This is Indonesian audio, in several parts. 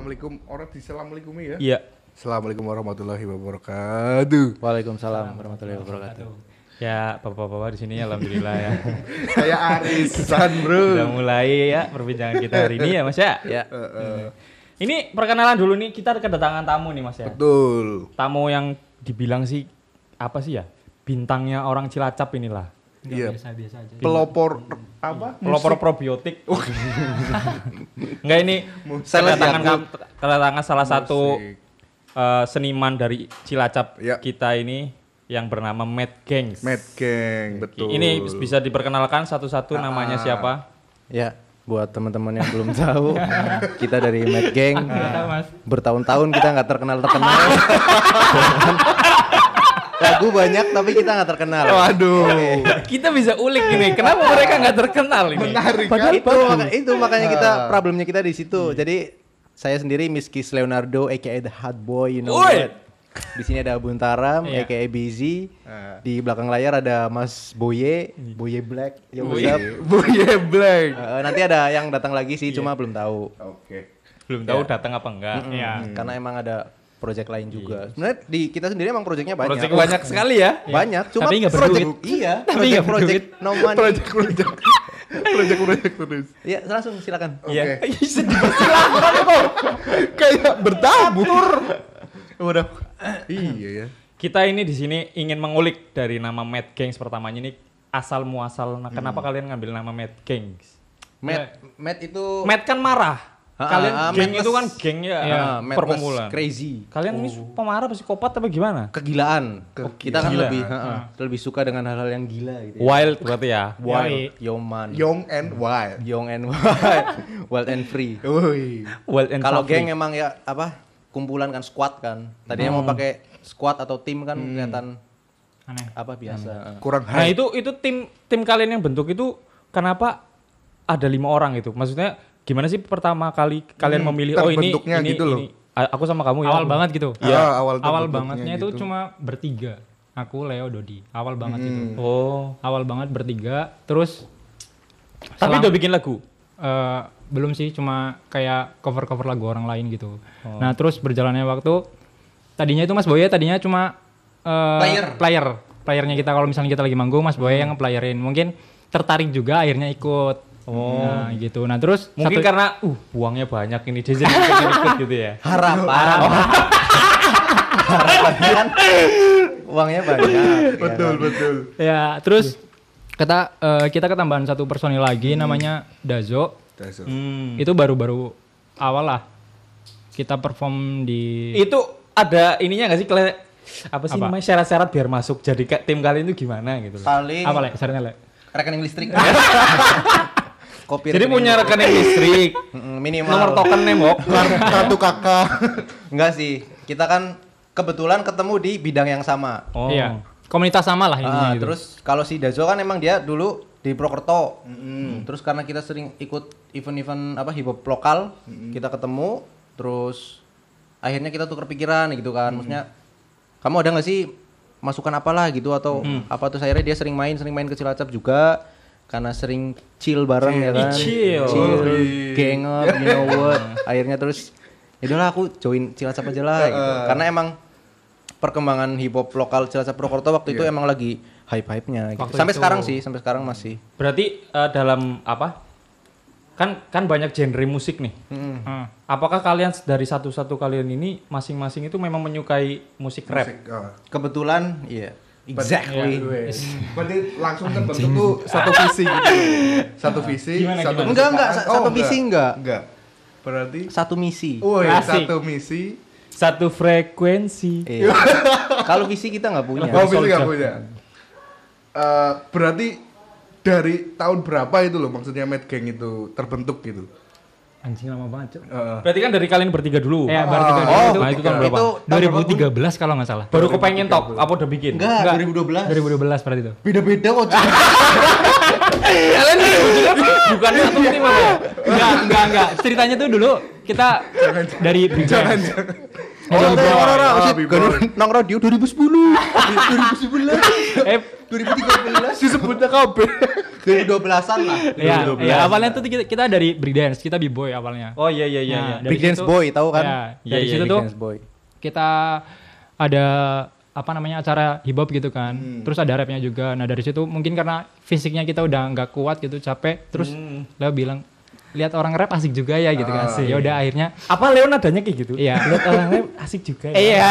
Assalamualaikum. Orang disalamualaikum ya? Iya. Assalamualaikum warahmatullahi wabarakatuh. Waalaikumsalam warahmatullahi wabarakatuh. Ya, bapak-bapak di sini alhamdulillah ya. Kayak arisan, Bro. Udah mulai ya perbincangan kita hari ini ya, Mas ya. Ya. Ini perkenalan dulu nih, kita kedatangan tamu nih, Mas ya. Betul. Tamu yang dibilang sih apa sih ya? Bintangnya orang Cilacap inilah. Iya. Biasa-biasa aja. Pelopor apa? Pelopor probiotik. Enggak, ini kedatangan salah satu seniman dari Cilacap Ya. kita ini yang bernama Mad Gangs. Mad Gang, betul. Ini bisa diperkenalkan satu-satu namanya siapa? Ya, buat teman-teman yang belum tahu, kita dari Mad Gang. Mas. Bertahun-tahun kita nggak terkenal. Lagu banyak tapi kita nggak terkenal. Waduh. Kita bisa ulik ini, kenapa mereka nggak terkenal ini? Menarik kan? Itu makanya kita problemnya kita di situ. Jadi saya sendiri Miskis Leonardo aka The Hot Boy, you know what? Di sini ada Buntaram aka Busy. Di belakang layar ada Mas Boye Black. Ya, Boye Black. nanti ada yang datang lagi sih, cuma belum tahu. Oke. Belum tahu datang apa enggak. Iya. Karena emang ada project lain juga. Sebenarnya di kita sendiri emang projectnya banyak. Project banyak sekali ya. Banyak, cuma Tapi nggak project berduit. iya, Tapi nggak project no money. Project terus. Iya, langsung silakan. Iya. Oke. Silakan kok. Kayak bertabur. Udah. Iya ya. Kita ini di sini ingin mengulik dari nama Mad Gangs pertamanya ini asal muasal. Nah, kenapa kalian ngambil nama Mad Gangs? Matt itu Mad kan marah. Kalian geng madness. itu kan geng ya, madness, perkumpulan. crazy. Kalian ini pemarah psikopat apa gimana? Kegilaan. Kita kan Gila. lebih suka dengan hal-hal yang gila gitu. Ya. Wild berarti ya. Wild, Yoman, Young and wild. Young and wild, wild and free. Woi. Wild and Kalau savage. geng emang ya apa? Kumpulan kan squad kan. Tadinya mau pakai squad atau tim kan kelihatan Aneh. apa biasa. Kurang Nah, hype. itu tim kalian yang bentuk itu kenapa ada 5 orang itu? Maksudnya gimana sih pertama kali kalian memilih terbentuknya ini gitu loh. aku sama kamu ya. Awal banget gitu. Iya, awal Awal terbentuknya bangetnya itu gitu. cuma bertiga. Aku, Leo, Dodi. Awal banget itu. Oh, Awal banget bertiga. Terus tapi udah bikin lagu. belum sih, cuma kayak cover-cover lagu orang lain gitu. Nah, terus berjalannya waktu tadinya itu Mas Boye tadinya cuma playernya kita kalau misalnya kita lagi manggung, Mas Boye yang nge-playerin. Mungkin tertarik juga akhirnya ikut. Nah, gitu. Nah, terus Mungkin karena uangnya banyak ini dia jadi pengen ikut gitu ya. Harapan kan uangnya banyak. Betul. ya, terus kita ketambahan satu personil lagi namanya Dazo. Itu baru-baru awal lah kita perform di Itu ada ininya nggak sih apa sih Apa? namanya syarat-syarat biar masuk jadi tim kalian itu gimana gitu loh. Paling apa, Le? Sarannya, Le? rekening listrik. Kopi Jadi rekening punya rekening listrik, minimal nomor token nembok. Kartu kakak. Enggak sih, kita kan kebetulan ketemu di bidang yang sama. Oh. Iya. Komunitas sama lah intinya gitu. Terus kalau si Dazo kan emang dia dulu di Prokerto. Terus karena kita sering ikut event-event apa hip hop lokal, kita ketemu, terus akhirnya kita tukar pikiran gitu kan. Maksudnya kamu ada nggak sih masukan apalah gitu atau apa, terus akhirnya dia sering main ke Cilacap juga karena sering chill bareng ya kan. Chill. Gang up, you know what. Akhirnya terus ya udahlah aku join Cilacap aja lah gitu. Karena emang perkembangan hip hop lokal Cilacap Purwokerto waktu itu emang lagi hype-hypenya gitu. Waktu Sampai itu. sekarang sih, sampai sekarang masih. Berarti dalam apa? Kan banyak genre musik nih. Apakah kalian dari satu-satu kalian ini masing-masing itu memang menyukai musik rap? Kebetulan iya. Exactly. Berarti langsung terbentuk tuh satu visi gitu. Satu visi, Gimana, satu gimana? Enggak, satu visi enggak. Enggak. Berarti Satu misi. woi, Asik. satu misi. Satu frekuensi. Iya. Kalau visi kita nggak punya. Oh, visi enggak punya. Berarti dari tahun berapa itu loh maksudnya Mad Gang itu terbentuk gitu? Anjing lama banget, Cuk. Berarti kan dari kalian bertiga dulu. Ya, bertiga dulu Oh, itu. Nah, itu tahun berapa? Itu tahun 2013 kalau nggak salah. Baru kepengen top, apa udah bikin? Enggak, 2012. 2012 berarti itu. Beda-beda kok. Kalian bukan satu tim apa ya? Enggak. Ceritanya tuh dulu kita dari Nang radio 2010. 2013. Disebutnya kabeh. 2012-an lah. Iya, awalnya tuh kita dari breakdance, kita b-boy awalnya. Oh iya. Dari Breakdance situ- boy tahu kan? Dari situ tuh Breakdance boy. kita ada apa namanya acara hip hop gitu kan. Terus ada rapnya juga. Nah dari situ mungkin karena fisiknya kita udah nggak kuat gitu, capek. Terus Leo bilang lihat orang rap asik juga ya gitu kan. Ya udah akhirnya Apa Leo nadanya kayak gitu? Iya. Lihat orang lain asik juga ya. iya.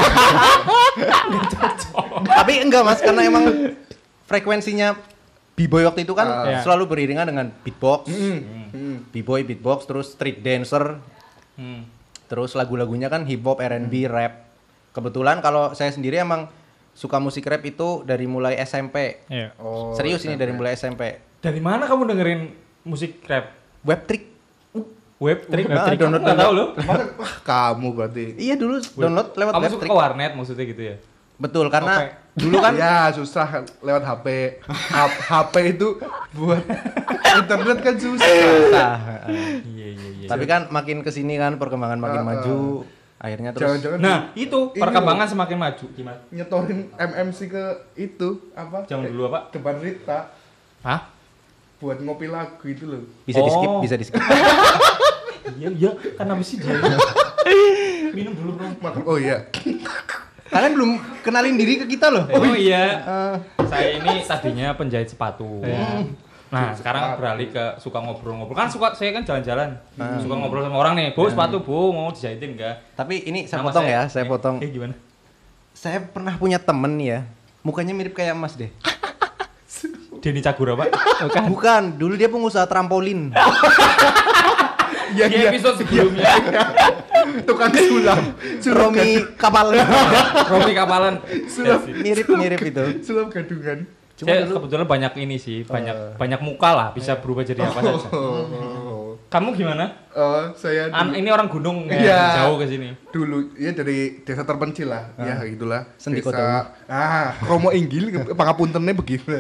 Tapi enggak Mas, karena emang frekuensinya B-boy waktu itu kan Iya. selalu beriringan dengan beatbox. B-boy beatbox, terus street dancer. Terus lagu-lagunya kan hip hop, R&B, rap. Kebetulan kalau saya sendiri emang suka musik rap itu dari mulai SMP. Iya. Oh, Serius ini dari mulai SMP. Dari mana kamu dengerin musik rap? Webtrick. Web trick? Nah, download. Nggak tahu loh. Wah, kamu berarti. Iya dulu download lewat Kamu suka Webtrick. ke warnet maksudnya gitu ya? Betul, karena Oke. dulu kan Ya susah lewat HP. HP itu buat internet kan susah. Iya. tapi kan makin kesini kan perkembangan makin maju, akhirnya terus Jangan-jangan Nah, itu ini perkembangan semakin maju. Gimana? nyetorin MMC ke itu apa? Zaman dulu apa? Depan Rita Hah? buat ngopi lagu itu loh. bisa di skip, Oh. bisa di skip. Iya, kan habis sih dia. Minum dulu, Bro. Oh iya. Kalian belum kenalin diri ke kita loh. Oh iya. Saya ini tadinya penjahit sepatu. Nah, sekarang beralih ke suka ngobrol-ngobrol. Kan saya kan jalan-jalan. Suka ngobrol sama orang nih. Bu, sepatu, Bu, mau dijahitin enggak? Tapi ini saya Nama potong ya, saya potong. Gimana? Saya pernah punya temen nih ya, mukanya mirip kayak Mas deh. Denny Cagura, Pak. Bukan, dulu dia pengusaha trampolin. Iya Di episode sebelumnya. Tukang sulam. Romi kapal. Romi Kapalan. Mirip-mirip itu. Sulam gadungan. Saya kebetulan banyak ini sih, banyak muka lah, bisa berubah jadi apa saja. Kamu gimana? Saya Ini orang gunung Iya. jauh ke sini. dulu ya dari desa terpencil lah, ya gitulah. Sendi Desa Romo Inggil pangapuntennya begini.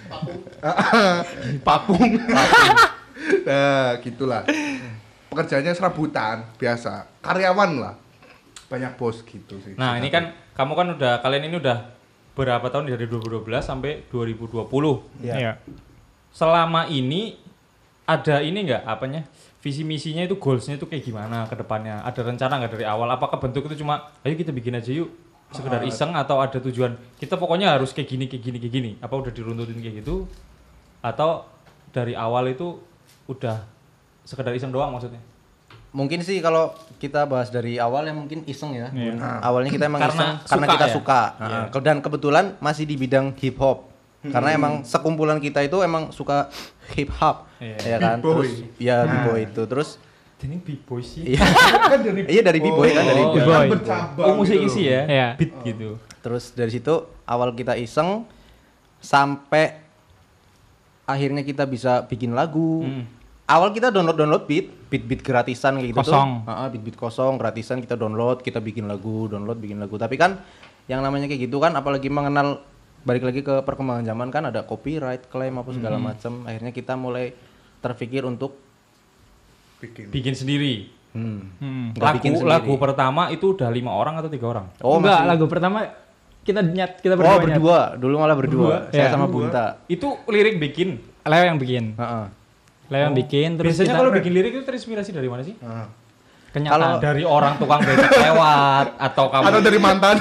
Papung. Nah, gitulah. Pekerjaannya serabutan biasa, karyawan lah. Banyak bos gitu sih. Nah, ini kan kamu kan kalian ini udah berapa tahun dari 2012 sampai 2020. Iya. Selama ini ada ini enggak apanya? Visi misinya itu goalsnya itu kayak gimana ke depannya? Ada rencana nggak dari awal? Apakah bentuk itu cuma ayo kita bikin aja yuk sekedar iseng atau ada tujuan kita pokoknya harus kayak gini? Apa udah diruntutin kayak gitu? Atau dari awal itu udah sekedar iseng doang maksudnya? Mungkin sih kalau kita bahas dari awal ya mungkin iseng ya. Iya. Awalnya kita emang Karena iseng karena suka kita ya? suka. Iya. Dan kebetulan masih di bidang hip hop. Karena emang sekumpulan kita itu emang suka hip hop. Iya. Ya kan? B-boy. Terus ya B-boy itu. Terus Ini b-boy sih. iya. Iya dari B-boy kan dari B-boy. Kan bercabang. Oh, musik gitu isi loh. ya? Iya. Beat gitu. Terus dari situ awal kita iseng sampai akhirnya kita bisa bikin lagu. Awal kita download beat gratisan kayak gitu Kosong. tuh. Beat kosong gratisan kita download, kita bikin lagu. Tapi kan yang namanya kayak gitu kan apalagi mengenal balik lagi ke perkembangan zaman kan ada copyright, claim apa segala macam. Akhirnya kita mulai terpikir untuk Bikin sendiri. nggak bikin sendiri. Lagu pertama itu udah 5 orang atau 3 orang? Oh, Enggak, masih- lagu pertama kita Oh, berdua. nyat. berdua. Dulu malah berdua. Saya Iya. sama Bunta. Itu lirik bikin. Leo yang bikin. Heeh. Leo yang bikin terus Biasanya kita kalau bikin lirik itu terinspirasi dari mana sih? kenyataan. Dari orang tukang becak lewat atau kamu Atau dari mantan.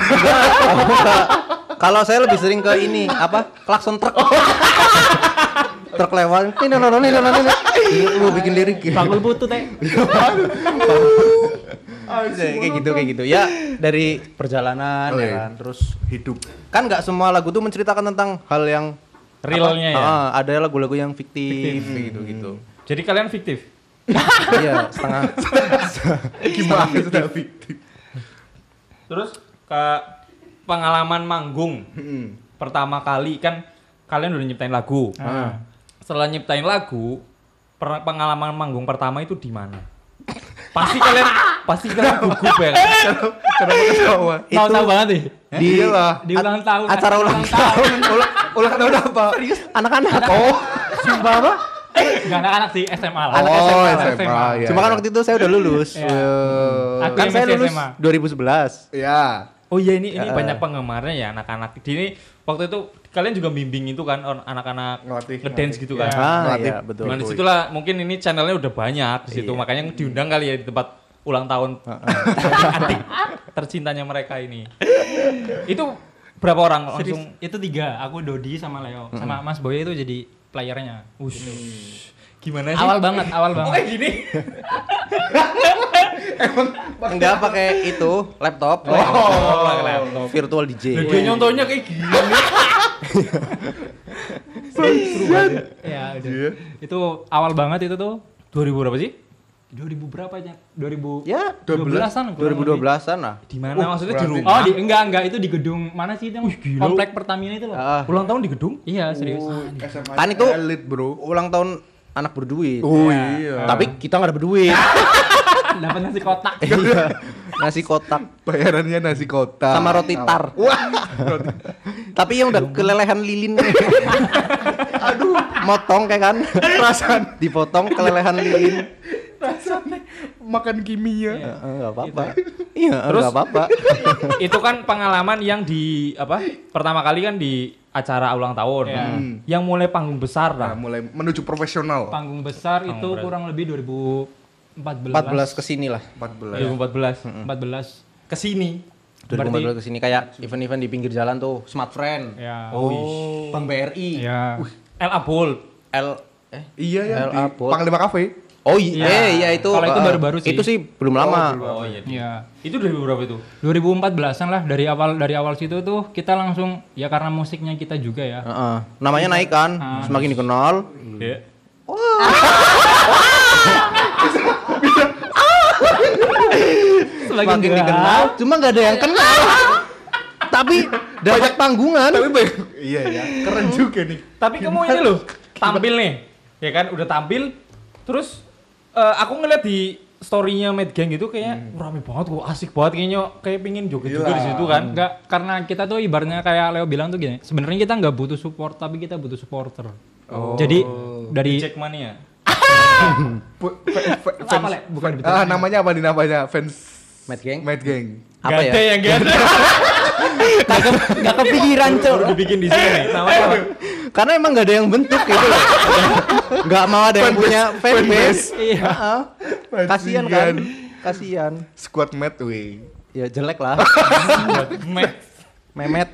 Kalau saya lebih sering ke ini apa? Klakson truk. Truk lewat. Ini lu bikin lirik. Bakul butuh teh. Kayak gitu. Ya dari perjalanan Oh, ya iya. kan. Terus Hidup. kan nggak semua lagu tuh menceritakan tentang hal yang realnya ya. ada lagu-lagu yang fiktif gitu. Jadi kalian fiktif. Iya, setengah. Gimana sudah fiktif. Terus ke pengalaman manggung. Pertama kali kan kalian udah nyiptain lagu. Setelah nyiptain lagu, pengalaman manggung pertama itu di mana? Pasti kalian gugup ya kan? Kenapa ketawa? Tahu banget nih. Iyalah. Di ulang tahun. Acara ulang tahun. Ulang tahun apa? Anak-anak. Oh, Sumpah apa? Enggak anak-anak sih SMA lah. Anak Oh, SMA lah. SMA, iya, Cuma kan iya. waktu itu saya udah lulus. Iya. Aku Kan yang saya masih lulus SMA. 2011. Ya. Oh iya ini banyak penggemarnya ya anak-anak. Ini waktu itu kalian juga bimbing itu kan anak-anak Ngelatih. ngedance gitu kan. Ngelatih. Iya, betul. Nah, disitulah mungkin ini channelnya udah banyak di situ, makanya diundang kali ya di tempat ulang tahun adik tercintanya mereka ini. Itu berapa orang langsung? Itu 3, aku Dodi sama Leo. Sama Mas Boy itu jadi playernya. Gimana sih? Awal banget. Oh kayak gini. Enggak pakai itu laptop. laptop. Virtual DJ. Dia nyontohnya kayak gini. Ya, udah. Itu awal banget itu tuh 2000 berapa sih? 2000 berapa aja? 2000 Ya, 12-an 2012-an lah. Di mana maksudnya di berarti- rumah? Oh, enggak itu di gedung mana sih itu? gila. Komplek Pertamina itu loh. Ulang tahun di gedung? Iya, serius. SMA Kan itu elit, Bro. ulang tahun anak berduit. Oh Ya. iya. Tapi kita nggak ada berduit. Dapat nasi kotak. Iya. Nasi kotak Bayarannya nasi kotak. sama roti tar. Wah. Tapi yang udah kelelehan lilin. Aduh, motong kayak kan. Perasaan Dipotong kelelehan lilin. makan kimia. Enggak apa-apa. Iya, Terus- enggak apa-apa. Itu kan pengalaman yang di pertama kali kan di acara ulang tahun. Iya. Yang mulai panggung besar Nah, lah. mulai menuju profesional. Panggung besar itu Panggung kurang lebih 2014. 14 kesini lah. 14. 2014 14. ke sini. 2014 kesini kayak event-event di pinggir jalan tuh, Smart Friend, Ya. Bank BRI, Ya. LA Bold. Iya ya, LA di Bolt. Panglima Cafe. Oh iya itu. Kalau itu baru-baru sih. Itu sih belum lama. Oh iya. Iya. Itu 2000 berapa itu? 2014-an lah dari awal situ tuh kita langsung ya karena musiknya kita juga ya. Heeh. Namanya naik kan, semakin dikenal. Iya. Semakin dikenal, cuma nggak ada yang kenal. Tapi dapat panggungan. Tapi banyak. Iya ya, keren juga nih. Tapi kamu ini loh, tampil nih. Ya kan udah tampil terus aku ngeliat di story-nya Mad Gang gitu kayak rame banget kok, asik banget kayaknya, kayak pingin joget juga Gila. di situ kan. Enggak, karena kita tuh ibaratnya kayak Leo bilang tuh gini, sebenarnya kita nggak butuh support tapi kita butuh supporter. Jadi dari Jack Mania. apa Le? Bukan betul. Namanya apa nih namanya? Fans Mad Gang? Mad Gang. Apa ya? Gak ada yang gak ada. Nggak kepikiran, Cok. Udah bikin di sini. Namanya apa? Karena emang nggak ada yang bentuk gitu loh. Nggak mau ada yang punya fanbase. Iya. Heeh. Kasian kan? Kasian. Squad Mad way. Ya jelek lah. Matt. Memet.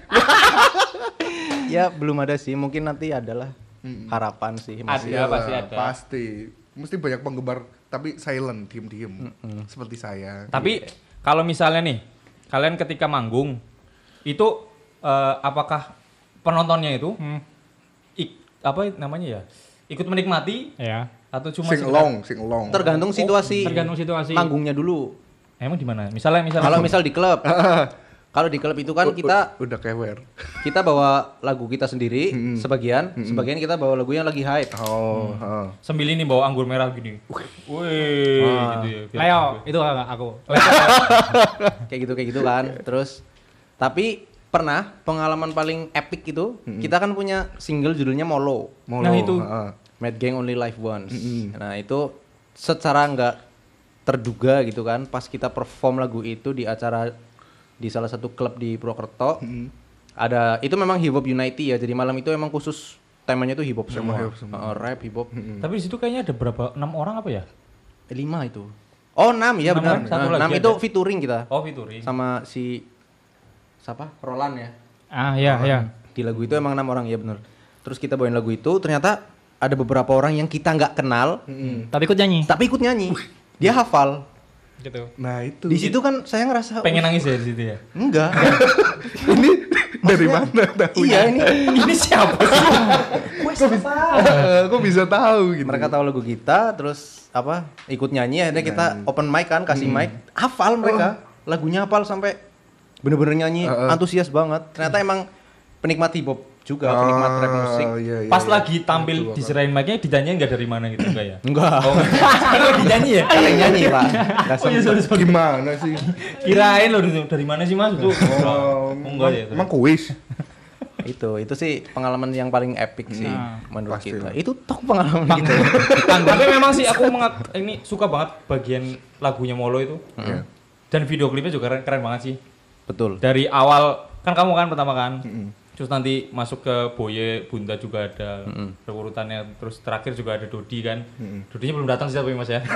Ya belum ada sih, mungkin nanti adalah harapan sih masih. Ada, pasti ada. Pasti. Mesti banyak penggemar tapi silent, diem-diem. Seperti saya. Tapi kalau misalnya nih, kalian ketika manggung itu apakah penontonnya itu apa namanya ya? Ikut menikmati Ya. atau cuma Sing along, sing along. Tergantung situasi. Tergantung situasi. Manggungnya dulu. Emang di mana? Misalnya Kalau misal di klub. Kalau di klub itu kan kita udah kewer. kita bawa lagu kita sendiri sebagian kita bawa lagu yang lagi hype. Oh, sambil ini bawa anggur merah gini. Wih, gitu ya. Biar- Leo, itu aku. Kayak gitu kan. Terus tapi pernah pengalaman paling epic itu kita kan punya single judulnya Molo. Nah, itu. Mad Gang Only Live Once. Nah itu secara nggak terduga gitu kan, pas kita perform lagu itu di acara di salah satu klub di Purwokerto, ada itu memang hip hop unity ya, jadi malam itu emang khusus temanya itu hip hop semua, rap hip hop. Tapi di situ kayaknya ada berapa? 6 orang apa ya? 5 itu. Oh 6 ya 6 benar. kan? Satu lagi 6 itu ada. featuring kita Oh, featuring. sama si siapa? Roland ya. Ah, iya, iya. Di lagu itu emang 6 orang ya benar. Terus kita bawain lagu itu, ternyata ada beberapa orang yang kita nggak kenal, Tapi ikut nyanyi. tapi ikut nyanyi. Dia hafal. Gitu. Nah itu. Di situ kan saya ngerasa Pengen nangis ya di situ ya? enggak. Ini dari mana tahu? Iya ini Ini siapa sih? Kok bisa tahu gitu? mereka tahu lagu kita, terus apa ikut nyanyi, akhirnya kita open mic kan, kasih mic, hafal mereka, lagunya hafal sampai bener-bener nyanyi, antusias banget. Ternyata emang penikmat hip hop juga, penikmat rap musik. Iya, iya, Pas iya. lagi tampil diserahin mic-nya ditanyain nggak dari mana gitu enggak ya? Enggak. Oh, lagi nyanyi ya? Kan yang nyanyi pak. Nggak Oh iya, sorry, sorry. Gimana sih? Kirain loh dari mana sih Mas itu? Oh, enggak ya. emang kuis. Itu sih pengalaman yang paling epic sih menurut pasti kita. lah. Itu toh pengalaman kita. Tapi memang sih aku ini suka banget bagian lagunya Molo itu. Dan video klipnya juga keren banget sih. Betul. Dari awal kan kamu kan pertama kan. Terus nanti masuk ke Boye, Bunda juga ada urutannya. Terus terakhir juga ada Dodi kan. Dodinya belum datang sih tapi Mas ya.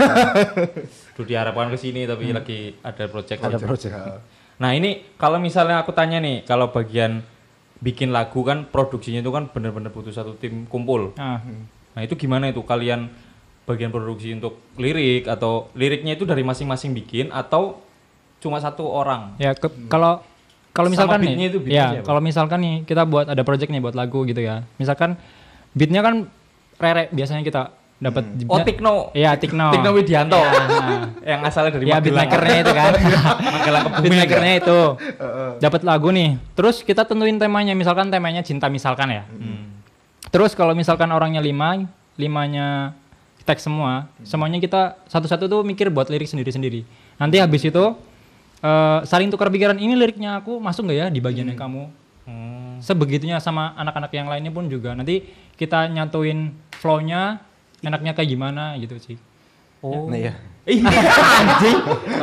Dodi harapkan ke sini tapi lagi ada project. Nah, ini kalau misalnya aku tanya nih, kalau bagian bikin lagu kan produksinya itu kan benar-benar butuh satu tim kumpul. Nah, itu gimana itu kalian bagian produksi untuk lirik atau liriknya itu dari masing-masing bikin atau cuma satu orang? Ya kalau misalkan Sama beatnya nih, itu beatnya ya siapa? kalau misalkan nih kita buat ada project nih buat lagu gitu ya. Misalkan beatnya kan Rere biasanya kita dapat. Oh, Tikno. Iya, Tikno. Tikno Widianto. Ya, Yang asalnya dari ya Magelang. beatmakernya itu kan. Magelang Kebumen. Beatmakernya itu. Dapat lagu nih. Terus kita tentuin temanya, misalkan temanya cinta misalkan ya. Terus kalau misalkan orangnya 5-nya teks semua, semuanya kita satu-satu tuh mikir buat lirik sendiri-sendiri. Nanti habis itu saling tukar pikiran, ini liriknya aku masuk nggak ya di bagian yang kamu. Sebegitunya sama anak-anak yang lainnya pun juga. Nanti kita nyatuin flow-nya, enaknya kayak gimana gitu sih. Oh. Nah, iya. Anjing.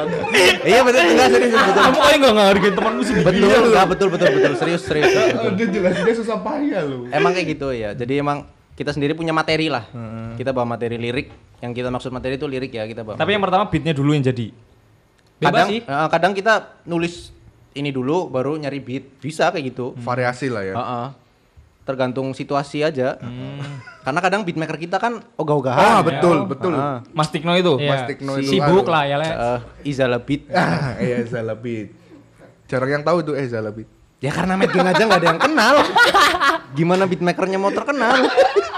Iya betul enggak serius betul. Kamu kali enggak ngehargain temanmu sih. Betul serius. Udah jelasinnya susah payah lu. Emang kayak gitu ya. Jadi emang kita sendiri punya materi lah. Kita bawa materi lirik. Yang kita maksud materi itu lirik ya kita bawa. Tapi yang pertama beatnya dulu yang jadi. Bebas sih. Kadang kita nulis ini dulu baru nyari beat. Bisa kayak gitu. Variasi lah ya. Tergantung situasi aja. Karena kadang beatmaker kita kan ogah-ogahan. Betul. Mas Tikno itu. Iya, Mas Tikno itu sibuk anu. lah ya, Le. Izala beat. Iya Zalabit. Jarang yang tahu tuh Zalabit. Ya karena Medgang aja nggak ada yang kenal. Gimana beatmakernya mau terkenal?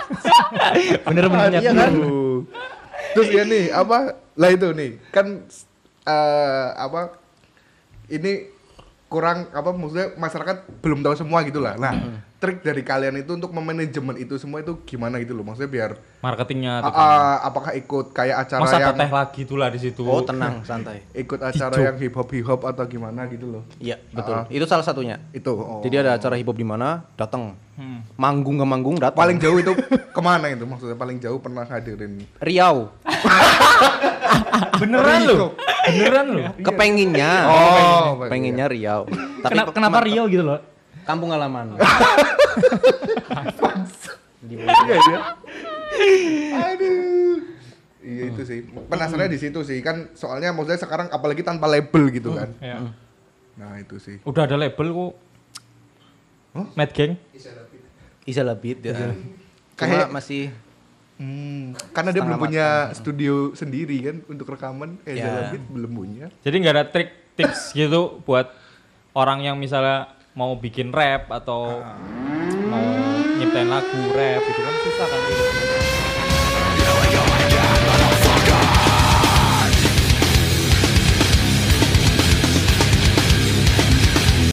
Bener-bener Iya kan? Terus ya nih lah itu nih kan ini kurang maksudnya masyarakat belum tahu semua gitu lah. Nah, trik dari kalian itu untuk memanajemen itu semua itu gimana gitu loh? Maksudnya biar Marketingnya atau apakah ikut kayak acara masa yang teteh lagi tuh lah di situ. Oh tenang santai. ikut acara yang hip hop atau gimana gitu loh? Iya betul. Itu salah satunya. Itu. Jadi ada acara hip hop di mana datang. Manggung ke manggung datang. Paling jauh itu kemana itu? Maksudnya paling jauh pernah hadirin Riau. Beneran lu? Beneran lu? Kepenginnya. Oh, pengennya Riau. Tapi Kenapa Rio gitu loh? kampung halaman. Iya ya. Aduh. Iya itu sih. Penasarannya di situ sih kan soalnya maksudnya sekarang apalagi tanpa label gitu kan. Ya. Nah, itu sih. Udah ada label kok. Mad Gang. Izala beat ya. Cuma Kayak- masih Karena dia belum Setengah punya studio sendiri kan untuk rekaman. Ya. Zalabit belum punya. Jadi nggak ada trik tips gitu buat orang yang misalnya mau bikin rap atau mau nyiptain lagu rap gitu kan susah kan